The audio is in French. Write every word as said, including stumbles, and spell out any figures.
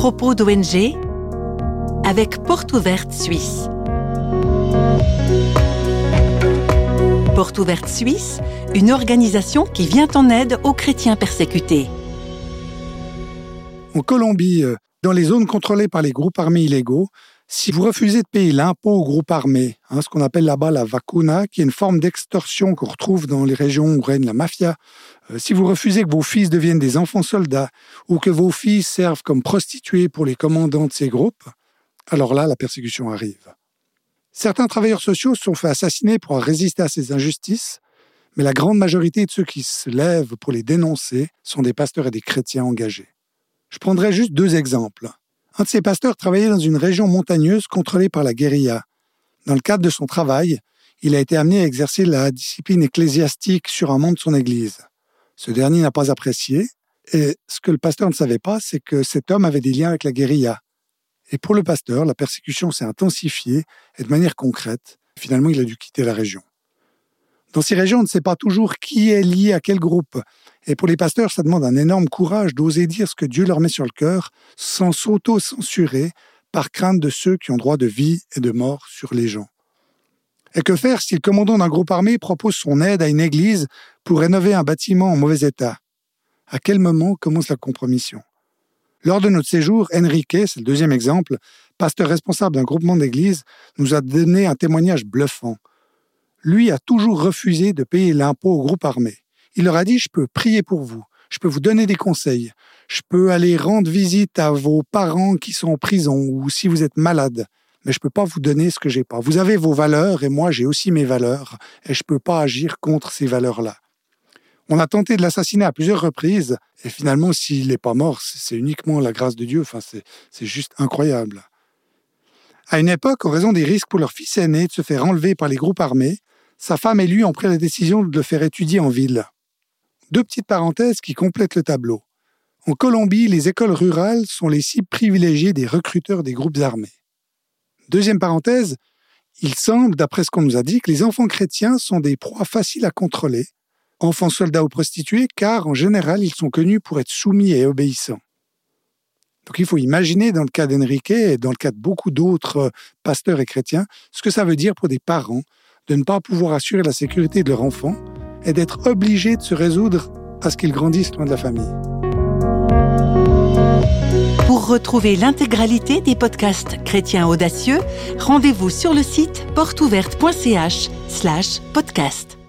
propos d'O N G avec Porte Ouverte Suisse. Porte Ouverte Suisse, une organisation qui vient en aide aux chrétiens persécutés. En Colombie, dans les zones contrôlées par les groupes armés illégaux, si vous refusez de payer l'impôt aux groupes armés, hein, ce qu'on appelle là-bas la vacuna, qui est une forme d'extorsion qu'on retrouve dans les régions où règne la mafia, euh, si vous refusez que vos fils deviennent des enfants soldats ou que vos filles servent comme prostituées pour les commandants de ces groupes, alors là, la persécution arrive. Certains travailleurs sociaux se sont fait assassiner pour résister à ces injustices, mais la grande majorité de ceux qui se lèvent pour les dénoncer sont des pasteurs et des chrétiens engagés. Je prendrai juste deux exemples. Un de ces pasteurs travaillait dans une région montagneuse contrôlée par la guérilla. Dans le cadre de son travail, il a été amené à exercer la discipline ecclésiastique sur un membre de son église. Ce dernier n'a pas apprécié, et ce que le pasteur ne savait pas, c'est que cet homme avait des liens avec la guérilla. Et pour le pasteur, la persécution s'est intensifiée, et de manière concrète, finalement il a dû quitter la région. Dans ces régions, on ne sait pas toujours qui est lié à quel groupe. Et pour les pasteurs, ça demande un énorme courage d'oser dire ce que Dieu leur met sur le cœur sans s'auto-censurer par crainte de ceux qui ont droit de vie et de mort sur les gens. Et que faire si le commandant d'un groupe armé propose son aide à une église pour rénover un bâtiment en mauvais état? À quel moment commence la compromission? Lors de notre séjour, Enrique, c'est le deuxième exemple, pasteur responsable d'un groupement d'église, nous a donné un témoignage bluffant. Lui a toujours refusé de payer l'impôt au groupe armé. Il leur a dit « Je peux prier pour vous, je peux vous donner des conseils, je peux aller rendre visite à vos parents qui sont en prison ou si vous êtes malade, mais je ne peux pas vous donner ce que je n'ai pas. Vous avez vos valeurs et moi j'ai aussi mes valeurs et je ne peux pas agir contre ces valeurs-là. » On a tenté de l'assassiner à plusieurs reprises et finalement, s'il n'est pas mort, c'est uniquement la grâce de Dieu. Enfin, c'est, c'est juste incroyable. À une époque, en raison des risques pour leur fils aîné de se faire enlever par les groupes armés, sa femme et lui ont pris la décision de le faire étudier en ville. Deux petites parenthèses qui complètent le tableau. En Colombie, les écoles rurales sont les cibles privilégiées des recruteurs des groupes armés. Deuxième parenthèse, il semble, d'après ce qu'on nous a dit, que les enfants chrétiens sont des proies faciles à contrôler, enfants soldats ou prostituées, car en général, ils sont connus pour être soumis et obéissants. Donc il faut imaginer, dans le cas d'Enrique et dans le cas de beaucoup d'autres pasteurs et chrétiens, ce que ça veut dire pour des parents de ne pas pouvoir assurer la sécurité de leur enfant et d'être obligés de se résoudre à ce qu'ils grandissent loin de la famille. Pour retrouver l'intégralité des podcasts chrétiens audacieux, rendez-vous sur le site porteouverte point c h slash podcast.